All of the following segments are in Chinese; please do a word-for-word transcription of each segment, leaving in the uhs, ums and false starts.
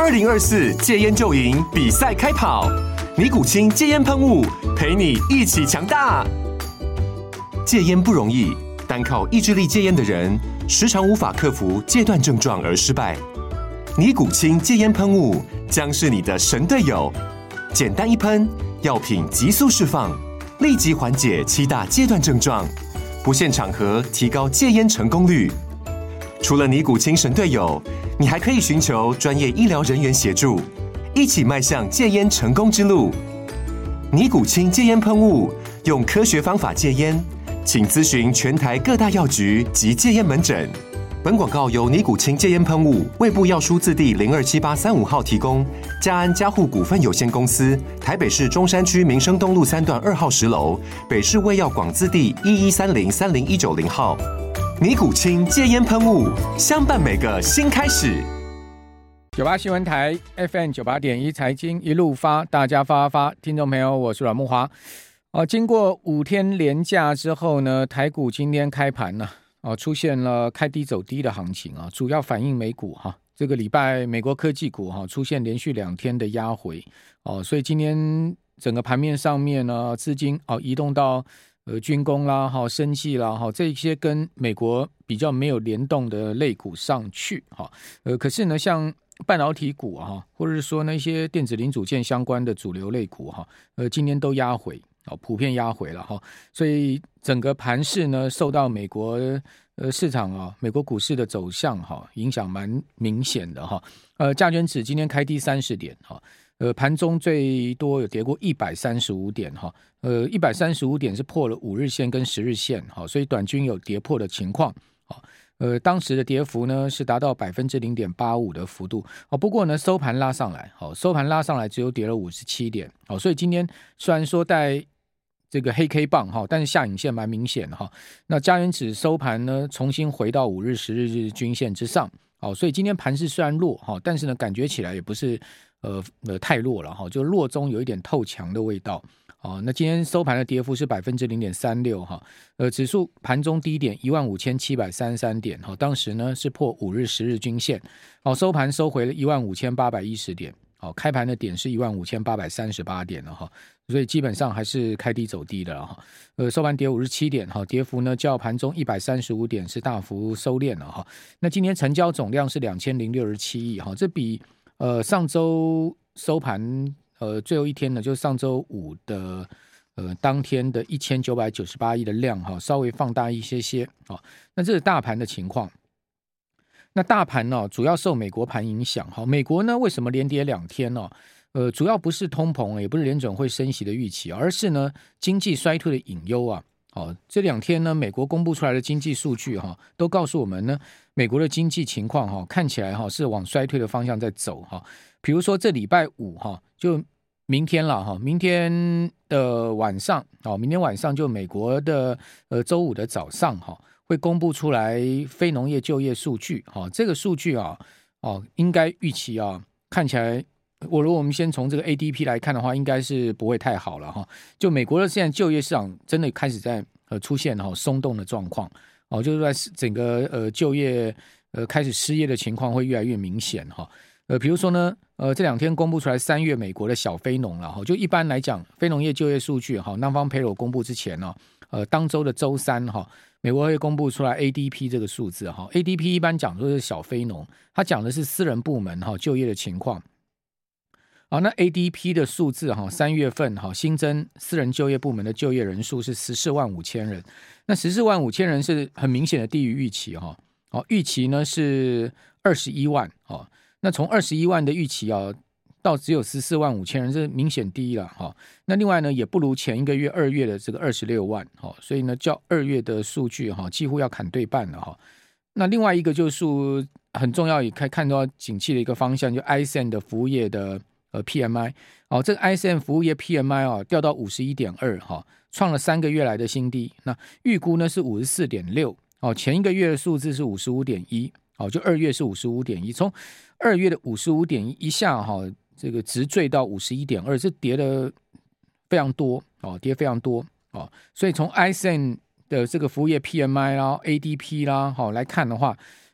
二零二四戒烟就赢比赛开跑，尼古清戒烟喷雾，陪你一起强大。戒烟不容易，单靠意志力戒烟的人，时常无法克服戒断症状而失败。尼古清戒烟喷雾将是你的神队友，简单一喷，药品急速释放，立即缓解七大戒断症状，不限场合提高戒烟成功率。除了尼古清神队友，你还可以寻求专业医疗人员协助，一起迈向戒烟成功之路。尼古清戒烟喷雾，用科学方法戒烟，请咨询全台各大药局及戒烟门诊。本广告由尼古清戒烟喷雾、卫部药书字第零二七八三五号提供，嘉安嘉护股份有限公司，台北市中山区民生东路三段二号十楼，北市卫药广字第一一三零三零一九零号。尼古清戒烟喷雾，相伴每个新开始。 九八新闻台 F M 九八点一财经一路发，大家发发，听众朋友，我是阮慕骅。哦，经过五天连假之后呢，台股今天开盘呢、哦，出现了开低走低的行情啊，主要反映美股哈。这个礼拜美国科技股哈出现连续两天的压回哦，所以今天整个盘面上面呢，资金哦移动到。呃，军工啦，哈，生技啦，哈，这些跟美国比较没有联动的类股上去，哈，呃，可是呢，像半导体股哈，或者是说那些电子零组件相关的主流类股哈，呃，今天都压回，哦，普遍压回了哈，所以整个盘势呢，受到美国呃市场啊，美国股市的走向哈，影响蛮明显的哈，呃，加权指今天开低三十点哈。呃，盘中最多有跌过一百三十五点哈，呃，一百三十五点是破了五日线跟十日线哈，所以短均有跌破的情况，呃，当时的跌幅呢是达到百分之零点八五的幅度，哦，不过呢收盘拉上来，好，收盘拉上来只有跌了五十七点，好，所以今天虽然说带这个黑 K 棒哈，但是下影线蛮明显的哈，那加权指收盘呢重新回到五日、十日均线之上，好，所以今天盘势虽然弱哈，但是呢感觉起来也不是。呃呃，太弱了哈，就弱中有一点透强的味道。哦，那今天收盘的跌幅是百分之零点三六哈，呃，指数盘中低点一万五千七百三十三点哈，当时呢是破五日、十日均线，哦，收盘收回了一万五千八百一十点，哦，开盘的点是一万五千八百三十八点了哈，所以基本上还是开低走低的了哈，呃，收盘跌五十七点哈，跌幅呢较盘中一百三十五点是大幅收敛了哈。那今天成交总量是两千零六十七亿哈，这比呃，上周收盘，呃，最后一天呢，就是上周五的，呃，当天的一千九百九十八亿的量哈，稍微放大一些些啊。那这是大盘的情况。那大盘呢、哦，主要受美国盘影响哈。美国呢，为什么连跌两天呢、哦？呃，主要不是通膨，也不是联准会升息的预期，而是呢经济衰退的隐忧啊。哦，这两天呢，美国公布出来的经济数据哈，都告诉我们呢，美国的经济情况哈，看起来哈是往衰退的方向在走哈。比如说这礼拜五哈，就明天了哈，明天的晚上哦，明天晚上就美国的呃周五的早上哈，会公布出来非农业就业数据哈，这个数据啊哦，应该预期啊，看起来。我如果我们先从这个 A D P 来看的话，应该是不会太好了哈。就美国的现在就业市场真的开始在呃出现哈松动的状况哦，就是在整个呃就业呃开始失业的情况会越来越明显哈。呃，比如说呢，呃这两天公布出来三月美国的小非农了哈，就一般来讲非农业就业数据哈，Non-farm payroll 公布之前呢，呃当周的周三哈，美国会公布出来 A D P 这个数字哈 ，A D P 一般讲说是小非农，它讲的是私人部门哈就业的情况。好，那 A D P 的数字哈，三月份哈新增私人就业部门的就业人数是十四万五千人，那十四万五千人是很明显的低于预期哈，哦，预期呢是二十一万哦，那从二十一万的预期啊到只有十四万五千人，是明显低了哈。那另外呢，也不如前一个月二月的这个二十六万哈，所以呢，较二月的数据哈几乎要砍对半了哈。那另外一个就是很重要，也可以看到景气的一个方向，就 I S M 的服务业的。呃 P M I 哦，这个 I S M 服务业 P M I 哦掉到 五十一点二 哈，创了三个月来的新低。那预估呢是 五十四点六 哦，前一个月的数字是 五十五点一 哦，就二月是 五十五点一， 从二月的 五十五点一 一下哈，这个直坠到 五十一点二， 这跌的非常多哦，跌非常多哦，所以从 I S M 的这个服务业 P M I 啦 A D P 啦好来看的话。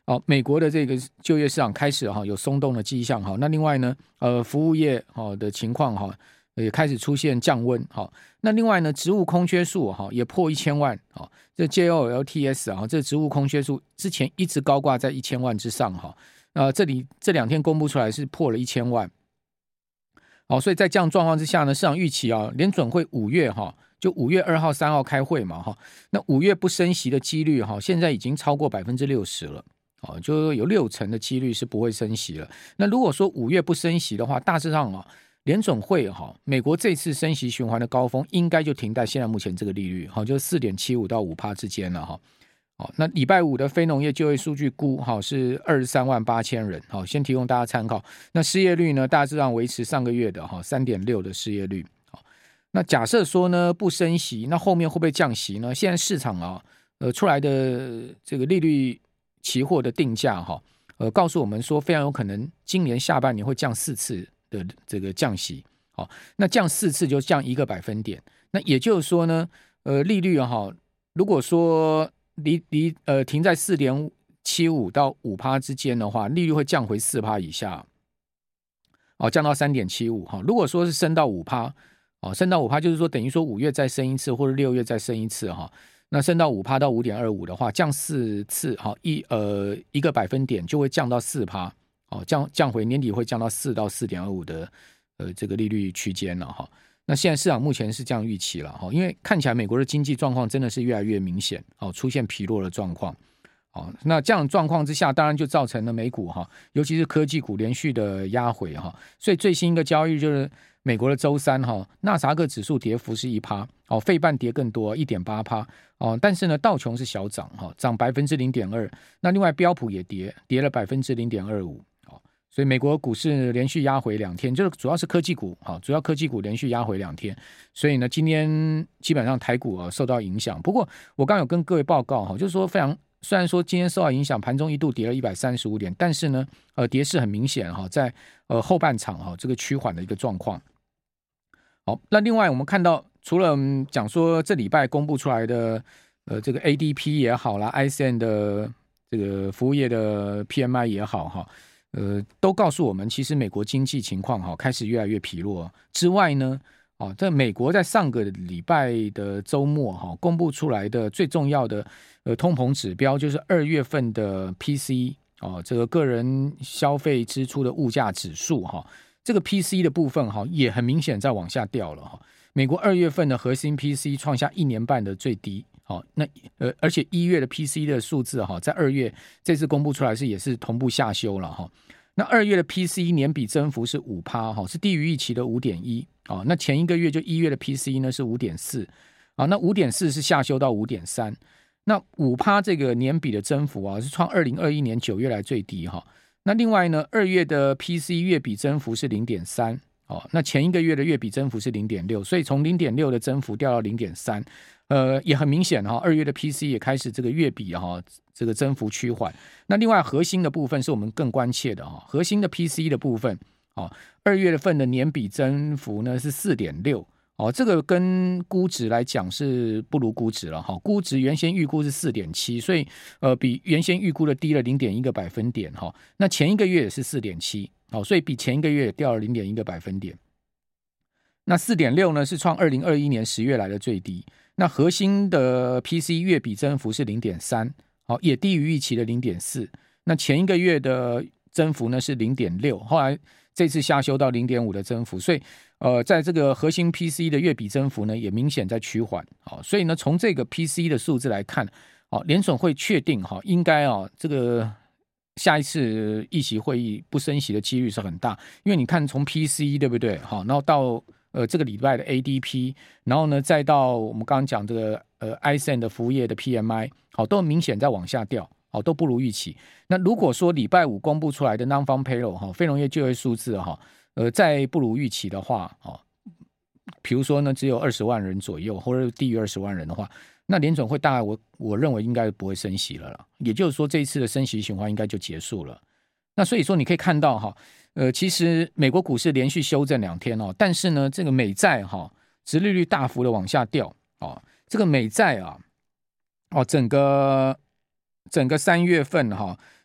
哦，美国的这个就业市场开始哈有松动的迹象哈。那另外呢，呃，服务业哈的情况哈也开始出现降温哈。那另外呢，职务空缺数哈也破一千万哈。这 J O L T S 啊，这职务空缺数之前一直高挂在一千万之上哈。呃，这里这两天公布出来是破了一千万。好，所以在这样状况之下呢，市场预期啊，联准会五月哈。就五月二号、三号开会嘛，哈，那五月不升息的几率哈，现在已经超过百分之六十了，哦，就有六成的几率是不会升息了。那如果说五月不升息的话，大致上啊，联准会哈，美国这次升息循环的高峰应该就停在现在目前这个利率，哈，就是四点七五到五趴之间了哈。好，那礼拜五的非农业就业数据估哈是二十三万八千人，好，先提供大家参考。那失业率呢，大致上维持上个月的哈三点六的失业率。那假设说呢不升息，那后面会不会降息呢？现在市场啊，呃出来的这个利率期货的定价哈，呃告诉我们说非常有可能今年下半年会降四次的这个降息，好，那降四次就降一个百分点，那也就是说呢，呃利率哈，如果说离离呃停在四点七五到五趴之间的话，利率会降回四趴以下，哦降到三点七五哈，如果说是升到五趴。哦，升到五趴，就是说等于说五月再升一次，或者六月再升一次哈。那升到五趴到五点二五的话，降四次，好一呃一个百分点就会降到四趴，哦降降回年底会降到四到四点二五的呃这个利率区间了哈。那现在市场目前是这样预期了哈，因为看起来美国的经济状况真的是越来越明显，哦出现疲弱的状况。哦，那这样的状况之下，当然就造成了美股哈，尤其是科技股连续的压回哈。所以最新一个交易日就是美国的周三哈，纳斯达克指数跌幅是一趴，哦，费半跌更多一点八趴，哦，但是呢，道琼是小涨哈，涨百分之零点二。那另外标普也跌，跌了百分之零点二五。哦，所以美国股市连续压回两天，就是主要是科技股哈，主要科技股连续压回两天。所以呢，今天基本上台股啊受到影响。不过我刚刚有跟各位报告哈，就是说非常。虽然说今天受到影响，盘中一度跌了一百三十五点，但是呢，呃，跌势很明显哈，在呃后半场哈这个趋缓的一个状况。好，那另外我们看到，除了讲说这礼拜公布出来的呃这个 A D P 也好啦 ，I S M 的这个服务业的 P M I 也好哈，呃，都告诉我们，其实美国经济情况哈开始越来越疲弱之外呢。哦，在美国在上个礼拜的周末哈、哦，公布出来的最重要的呃通膨指标就是二月份的 P C 哦，这个个人消费支出的物价指数哈、哦，这个 P C 的部分哈、哦、也很明显在往下掉了哈、哦。美国二月份的核心 P C 创下一年半的最低，好、哦，那呃而且一月的 P C 的数字哈、哦，在二月这次公布出来是也是同步下修了哈。哦那二月的 P C 年比增幅是 百分之五、哦、是低于预期的 五点一、哦、那前一个月就一月的 P C 呢是 五点四、哦、那 五点四 是下修到 五点三， 那 百分之五 这个年比的增幅、啊、是创二零二一年九月来最低、哦、那另外呢二月的 P C 月比增幅是 零点三、哦、那前一个月的月比增幅是 零点六， 所以从 零点六 的增幅掉到 零点三，呃，也很明显哈、哦，二月的 P C 也开始这个月比哈、哦，这个增幅趋缓。那另外核心的部分是我们更关切的哈、哦，核心的 P C 的部分，哦，二月份的年比增幅呢是 四点六， 哦，这个跟估值来讲是不如估值了哈、哦，估值原先预估是 四点七， 所以呃比原先预估的低了 零点一 个百分点哈、哦。那前一个月也是 四点七， 哦，所以比前一个月也掉了 零点一 个百分点。那 四点六 呢是创二零二一年十月来的最低。那核心的 P C 月比增幅是 零点三， 好，也低于预期的 零点四。那前一个月的增幅呢是 零点六， 后来这次下修到 零点五 的增幅，所以呃，在这个核心 P C 的月比增幅呢也明显在趋缓。好，所以呢从这个 P C 的数字来看，好，联准会确定哈，应该啊这个下一次议息会议不升息的几率是很大，因为你看从 P C 对不对？好，然后到呃，这个礼拜的 A D P， 然后呢，再到我们刚刚讲这个呃 I S M 的服务业的 P M I， 好，都明显在往下掉，好，都不如预期。那如果说礼拜五公布出来的 Non-Farm Payroll 哈，非农业就业数字哈，呃，再不如预期的话，哦，比如说呢，只有二十万人左右，或者低于二十万人的话，那联准会大概我我认为应该不会升息了啦，也就是说这一次的升息循环应该就结束了。那所以说你可以看到哈。呃，其实美国股市连续修正两天哦，但是呢，这个美债哈、哦，殖利率大幅的往下掉哦，这个美债啊，哦，整个整个三月份哈、哦，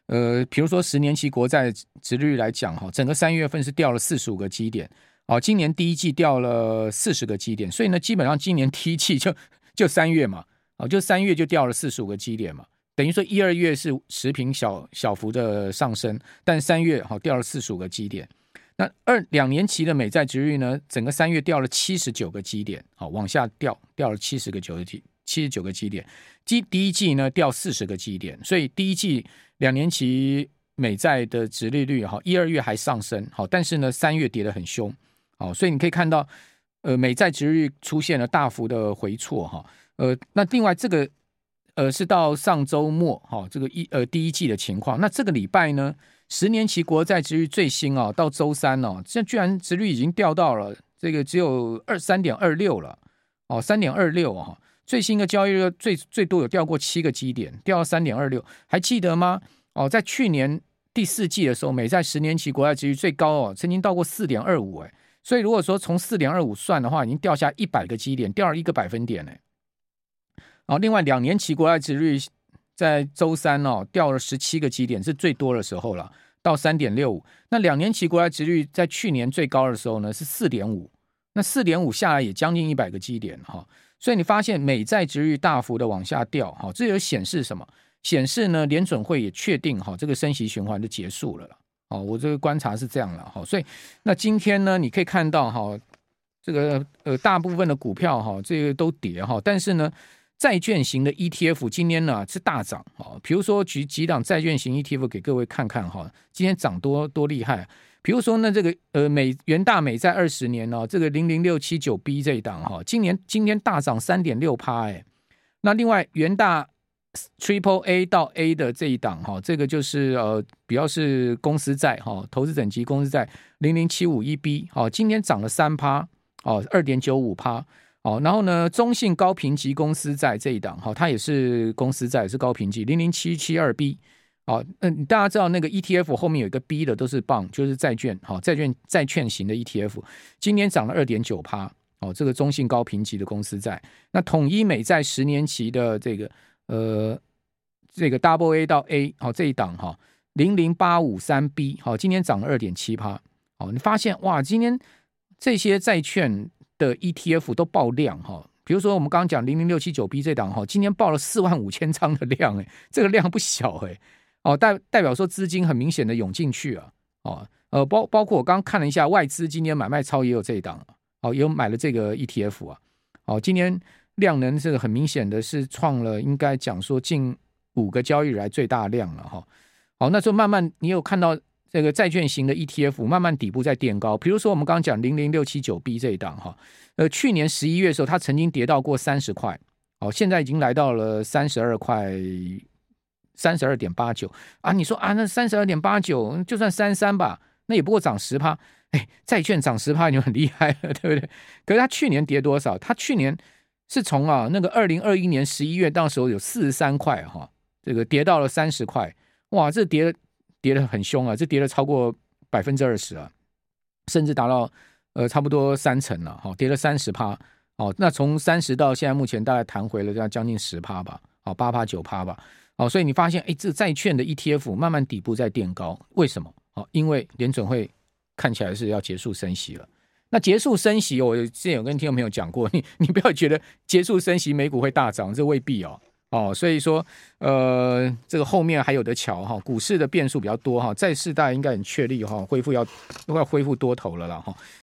呃，比如说十年期国债殖利率来讲哈，整个三月份是掉了四十五个基点，哦，今年第一季掉了四十个基点，所以呢，基本上今年第一季就就三月嘛，哦，就三月就掉了四十五个基点嘛，等于说一二月是持平小小幅的上升，但三月好掉了四十五个基点。那二两年期的美债殖利率呢，整个三月掉了七十九个基点，好往下掉，掉了七十个九七十九个基点。第第一季呢掉四十个基点，所以第一季两年期美债的殖利率哈，一二月还上升，好，但是呢三月跌得很凶，好，所以你可以看到，呃，美债殖利率出现了大幅的回挫哈，呃，那另外这个呃是到上周末哈，这个一呃第一季的情况，那这个礼拜呢？十年期国债殖利率最新哦，到周三哦，这居然殖利率已经掉到了这个只有二三点二六了哦，三点二六啊，最新的交易日最最多有掉过七个基点，掉到三点二六，还记得吗？哦，在去年第四季的时候，美债十年期国债殖利率最高哦，曾经到过四点二五哎，所以如果说从四点二五算的话，已经掉下一百个基点，掉了一个百分点哎。哦，另外两年期国债殖利率在周三哦掉了十七个基点，是最多的时候了，到 三点六五。那两年期国债殖利率在去年最高的时候呢是 四点五， 那 四点五 下来也将近一百个基点哈。所以你发现美债殖利率大幅的往下掉哈，这有显示什么？显示呢联准会也确定哈这个升息循环就结束了啦。哦，我这个观察是这样了哈。所以那今天呢你可以看到哈这个呃大部分的股票哈这个都跌哈，但是呢债券型的 E T F 今天呢是大涨，比如说举几档债券型 E T F 给各位看看哈，今天涨多多厉害。比如说呢这个呃美元大美债二十年哦，这个零零六七九 B 这一档哈，今年今天大涨 三点六趴 哎。那另外元大 Triple A 到 A 的这一档哈，这个就是呃比较是公司债哈，投资等级公司债零零七五一 B 哦，今天涨了三趴哦，二点九五趴。哦，然后呢，中信高评级公司债这一档，哈、哦，它也是公司债，是高评级零零七七二 B， 哦，嗯，大家知道那个 E T F 后面有一个 B 的都是 bond， 就是债券，好、哦，债券债券型的 E T F， 今年涨了 二点九趴，哦，这个中信高评级的公司债，那统一美债十年期的这个呃这个 Double A 到 A， 好、哦、这一档哈零零八五三 B， 好、哦，今年涨了 二点七趴，哦，你发现哇，今天这些债券的 E T F 都爆量哈，比如说我们刚刚讲零零六七九 B 这档哈，今天爆了四万五千张的量哎，这个量不小哎，哦代代表说资金很明显的涌进去啊，哦呃包包括我刚刚看了一下外资今天买卖超也有这一档，哦也有买了这个 E T F 啊，哦今天量能这个很明显的是创了应该讲说近五个交易日来最大量了哈，好那就慢慢你有看到。这个债券型的 E T F 慢慢底部在垫高，比如说我们刚刚讲零零六七九 B 这一档哈，呃，去年十一月的时候，它曾经跌到过三十块，哦，现在已经来到了三十二块，三十二点八九啊。你说啊，那三十二点八九就算三三吧，那也不过涨十趴，哎，债券涨十趴就很厉害了，对不对？可是它去年跌多少？它去年是从啊那个二零二一年十一月到时候有四十三块哈，这个跌到了三十块，哇，这跌了。跌得很凶啊，这跌了超过百分之二十啊，甚至达到呃差不多三成了，好，跌了三十趴，哦，那从三十到现在目前大概弹回了将近十趴吧，好，八趴九趴吧，好，所以你发现，哎，这债券的 E T F 慢慢底部在垫高，为什么？好，因为联准会看起来是要结束升息了。那结束升息，我之前有跟听众朋友讲过，你你不要觉得结束升息美股会大涨，这未必哦。哦，所以说，呃，这个后面还有得瞧哈，股市的变数比较多哈，债市大家应该很确立哈，恢复要要恢复多头了啦哈。